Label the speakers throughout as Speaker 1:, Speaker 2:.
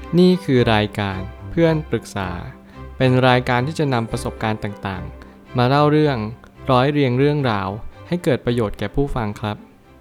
Speaker 1: นี่คือรายการเพื่อนปรึกษาเป็นรายการที่จะนำประสบการณ์ต่างๆมาเล่าเรื่องร้อยเรียงเรื่องราวให้เกิดประโยชน์แก่ผู้ฟังครับ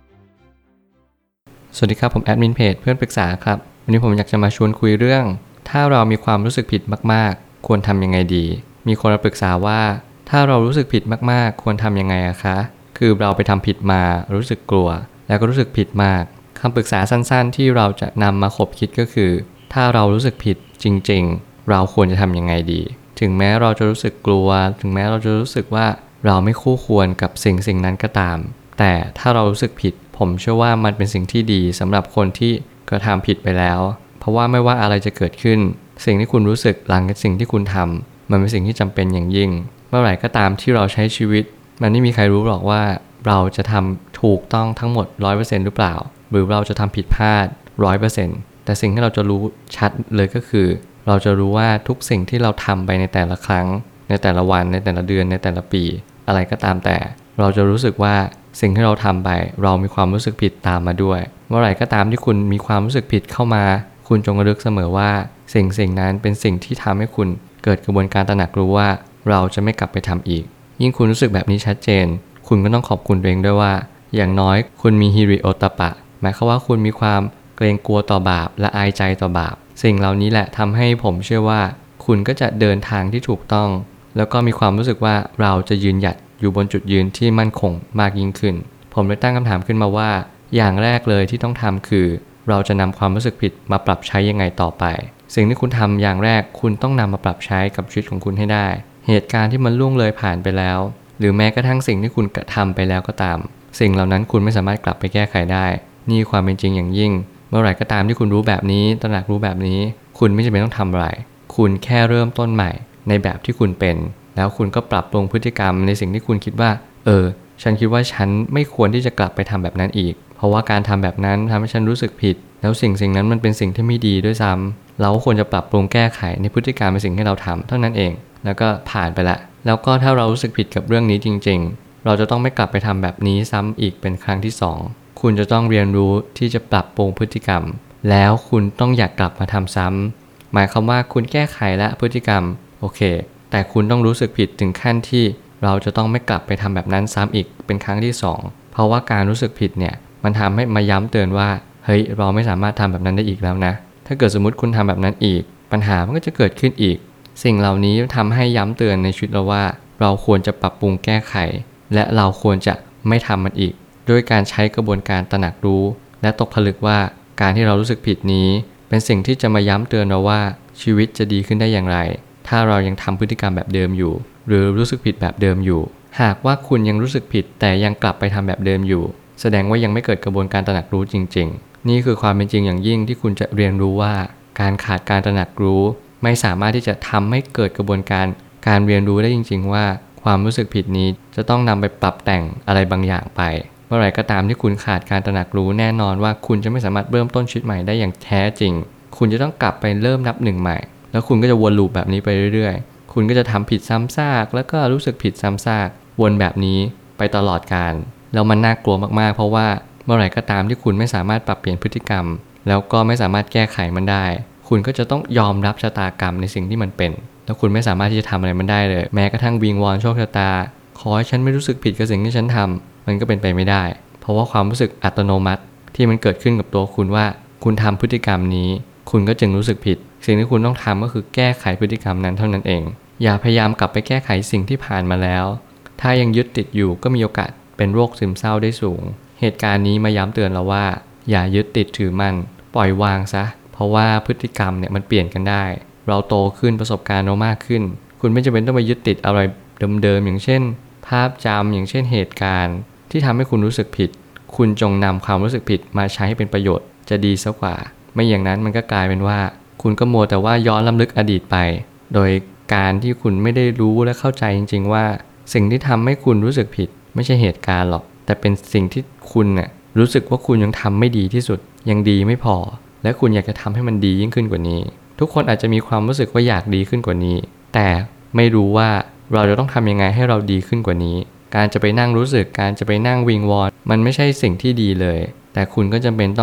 Speaker 1: สวัสดีครับผมแอดมินเพจเพื่อนปรึกษาครับวันนี้ผมอยากจะมาชวนคุยเรื่องถ้าเรามีความรู้สึกผิดมากๆควรทำยังไงดีมีคนมาปรึกษาว่าถ้าเรารู้สึกผิดมากๆควรทำยังไงอะคะคือเราไปทำผิดมารู้สึกกลัวแล้วก็รู้สึกผิดมากคำปรึกษาสั้นๆที่เราจะนำมาคบคิดก็คือถ้าเรารู้สึกผิดจริงๆเราควรจะทำยังไงดีถึงแม้เราจะรู้สึกกลัวถึงแม้เราจะรู้สึกว่าเราไม่คู่ควรกับสิ่งนั้นก็ตามแต่ถ้าเรารู้สึกผิดผมเชื่อว่ามันเป็นสิ่งที่ดีสำหรับคนที่กระทำผิดไปแล้วเพราะว่าไม่ว่าอะไรจะเกิดขึ้นสิ่งที่คุณรู้สึกหลังจากสิ่งที่คุณทำมันเป็นสิ่งที่จำเป็นอย่างยิ่งเมื่อไหร่ก็ตามที่เราใช้ชีวิตมันไม่มีใครรู้หรอกว่าเราจะทำถูกต้องทั้งหมด 100% หรือเปล่าหรือเราจะทำผิดพลาด 100% แต่สิ่งที่เราจะรู้ชัดเลยก็คือเราจะรู้ว่าทุกสิ่งที่เราทำไปในแต่ละครั้งในแต่ละวันในแต่ละเดือนในแต่ละปีอะไรก็ตามแต่เราจะรู้สึกว่าสิ่งที่เราทำไปเรามีความรู้สึกผิดตามมาด้วยเมื่อไหร่ก็ตามที่คุณมีความรู้สึกผิดเข้ามาคุณจงระลึกเสมอว่าสิ่งนั้นเป็นสิ่งที่ทำให้คุณเกิดกระบวนการตระหนักรู้ว่าเราจะไม่กลับไปทำอีกยิ่งคุณรู้สึกแบบนี้ชัดเจนคุณก็ต้องขอบคุณตัวเองด้วยว่าอย่างน้อยคุณมีฮิริโอตปะหมายความว่าคุณมีความเกรงกลัวต่อบาปและอายใจต่อบาปสิ่งเหล่านี้แหละทำให้ผมเชื่อว่าคุณก็จะเดินทางที่ถูกต้องแล้วก็มีความรู้สึกว่าเราจะยืนหยัดอยู่บนจุดยืนที่มั่นคงมากยิ่งขึ้นผมเลยตั้งคำถามขึ้นมาว่าอย่างแรกเลยที่ต้องทำคือเราจะนำความรู้สึกผิดมาปรับใช้ยังไงต่อไปสิ่งที่คุณทำอย่างแรกคุณต้องนำมาปรับใช้กับชีวิตของคุณให้ได้เหตุการณ์ที่มันล่วงเลยผ่านไปแล้วหรือแม้กระทั่งสิ่งที่คุณกระทำไปแล้วก็ตามสิ่งเหล่านั้นคุณไม่สามารถกลับไปแก้ไขได้นี่ความเป็นจริงอย่างยิ่งเมื่อไหร่ก็ตามที่คุณรู้แบบนี้ตระหนักรู้แบบนี้คุณไม่จำเป็นต้องทำอะไรคุณแค่เริ่มต้นใหม่ในแบบที่คุณเป็นแล้วคุณก็ปรับปรุงพฤติกรรมในสิ่งที่คุณคิดว่าฉันคิดว่าฉันไม่ควรที่จะกลับไปทำแบบนั้นอีกเพราะว่าการทำแบบนั้นทำให้ฉันรู้สึกผิดแล้วสิ่งนั้นมันเป็นสิ่งที่ไม่ดีด้วยซ้ำเราควรจะปรับปรุงแก้ไขในพฤติกรรมในสิ่งที่เราทำเท่านั้นเองแล้วก็ผ่านไปละแล้วก็ถ้าเรารู้สึกผิดกับเรื่องนี้จริงๆเราจะต้องไม่กลับไปทำแบบนี้ซ้ำอีกเป็นครั้งที่2คุณจะต้องเรียนรู้ที่จะปรับปรุงพฤติกรรมแล้วคุณต้องอยากกลับมาทำซ้ำหมายความว่าคุณแก้ไขและพฤติกรรมโอเคแต่คุณต้องรู้สึกผิดถึงขั้นที่เราจะต้องไม่กลับไปทำแบบนั้นซ้ำอีกเป็นครั้งที่2เพราะว่าการรู้สึกผิดเนี่ยมันทำให้มาย้ำเตือนว่าเฮ้ยเราไม่สามารถทำแบบนั้นได้อีกแล้วนะถ้าเกิดสมมติคุณทำแบบนั้นอีกปัญหามันก็จะเกิดขึ้นอีกสิ่งเหล่านี้ทำให้ย้ำเตือนในชีวิตเราว่าเราควรจะปรับปรุงแก้ไขและเราควรจะไม่ทำมันอีกด้วยการใช้กระบวนการตระหนักรู้และตกผลึกว่าการที่เรารู้สึกผิดนี้เป็นสิ่งที่จะมาย้ำเตือนเราว่าชีวิตจะดีขึ้นได้อย่างไรถ้าเรายังทำพฤติกรรมแบบเดิมอยู่หรือรู้สึกผิดแบบเดิมอยู่หากว่าคุณยังรู้สึกผิดแต่ยังกลับไปทำแบบเดิมอยู่แสดงว่ายังไม่เกิดกระบวนการตระหนักรู้จริงๆนี่คือความเป็นจริงอย่างยิ่งที่คุณจะเรียนรู้ว่าการขาดการตระหนักรู้ไม่สามารถที่จะทำให้เกิดกระบวนการเรียนรู้ได้จริงๆว่าความรู้สึกผิดนี้จะต้องนำไปปรับแต่งอะไรบางอย่างไปเมื่อไหร่ก็ตามที่คุณขาดการตระหนักรู้แน่นอนว่าคุณจะไม่สามารถเริ่มต้นชีวิตใหม่ได้อย่างแท้จริงคุณจะต้องกลับไปเริ่มนับหนึ่งใหม่แล้วคุณก็จะวนลูปแบบนี้ไปเรื่อยๆคุณก็จะทำผิดซ้ำซากแล้วก็รู้สึกผิดซ้ำซากวนแบบนี้ไปตลอดกาลแล้วมันน่ากลัวมากๆเพราะว่าเมื่อไหร่ก็ตามที่คุณไม่สามารถปรับเปลี่ยนพฤติกรรมแล้วก็ไม่สามารถแก้ไขมันได้คุณก็จะต้องยอมรับชะตากรรมในสิ่งที่มันเป็นแล้วคุณไม่สามารถที่จะทำอะไรมันได้เลยแม้กระทั่งวิงวอนโชคชะตาขอให้ฉันไม่รู้สึกผิดกับสิ่งที่ฉันทำมันก็เป็นไปไม่ได้เพราะว่าความรู้สึกอัตโนมัติที่มันเกิดขึ้นกับตัวคุณว่าคุณทำพฤติกรรมนี้คุณก็จึงรู้สึกผิดสิ่งที่คุณต้องทำก็คือแก้ไขพฤติกรรมนั้นเท่านั้นเองอย่าพยายามกลับไปแก้ไขสิ่งที่ผ่านมาแล้วถ้ายังยึดติดอยู่ก็มีโอกาสเป็นโรคซึมเศร้าได้สูงเหตุการณ์นี้มาย้ำเตือนเราว่าอย่ายึดติดถือมั่นปล่อยวางซะเพราะว่าพฤติกรรมเนี่ยมันเปลี่ยนกันได้เราโตขึ้นประสบการณ์เรามากขึ้นคุณไม่จำเป็นต้องไปยึดติดอะไรเดิมๆอย่างเช่นภาพจำอย่างเช่นเหตุการณ์ที่ทำให้คุณรู้สึกผิดคุณจงนำความรู้สึกผิดมาใช้ให้เป็นประโยชน์จะดีซะกว่าไม่อย่างนั้นมันก็กลายเป็นว่าคุณก็มัวแต่ว่าย้อนรำลึกอดีตไปโดยการที่คุณไม่ได้รู้และเข้าใจจริงๆว่าสิ่งที่ทำให้คุณรู้สึกผิดไม่ใช่เหตุการณ์หรอกแต่เป็นสิ่งที่คุณน่ะรู้สึกว่าคุณยังทำไม่ดีที่สุดยังดีไม่พอและคุณอยากจะทำให้มันดียิ่งขึ้นกว่านี้ทุกคนอาจจะมีความรู้สึกว่าอยากดีขึ้นกว่านี้แต่ไม่รู้ว่าเราจะต้องทำยังไงให้เราดีขึ้นกว่านี้การจะไปนั่งรู้สึกการจะไปนั่งวิงวอนมันไม่ใช่สิ่งที่ดีเลยแต่คุณก็จำเป็นต้อง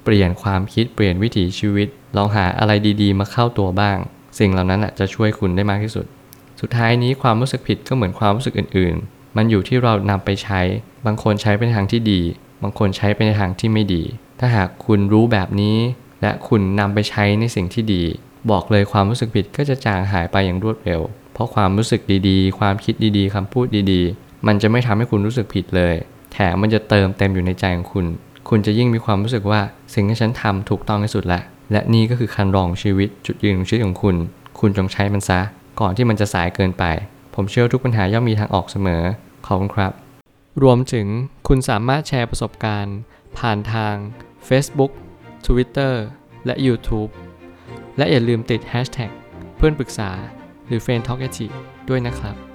Speaker 1: เปลี่ยนความคิดเปลี่ยนวิถีชีวิตลองหาอะไรดีๆมาเข้าตัวบ้างสิ่งเหล่านั้นจะช่วยคุณได้มากที่สุดสุดท้ายนี้ความรู้สึกผิดก็เหมือนความรู้สึกอื่นๆมันอยู่ที่เรานำไปใช้บางคนใช้ไปในทางที่ดีบางคนใช้ไปในทางที่ไม่ดีถ้าหากคุณรู้แบบนี้และคุณนำไปใช้ในสิ่งที่ดีบอกเลยความรู้สึกผิดก็จะจางหายไปอย่างรวดเร็วเพราะความรู้สึกดีๆความคิดดีๆคำพูดดีๆมันจะไม่ทำให้คุณรู้สึกผิดเลยแถมมันจะเติมเต็มอยู่ในใจของคุณจะยิ่งมีความรู้สึกว่าสิ่งที่ฉันทำถูกต้องที่สุดละและนี่ก็คือคันลองชีวิตจุดยืนของชีวิตของคุณจงใช้มันซะก่อนที่มันจะสายเกินไปผมเชื่อทุกปัญหาย่อมมีทางออกเสมอขอบคุณครับรวมถึงคุณสามารถแชร์ประสบการณ์ผ่านทาง Facebook Twitter และ YouTube และอย่าลืมติด Hashtag เพื่อนปรึกษาหรือ Friend Talk ด้วยนะครับ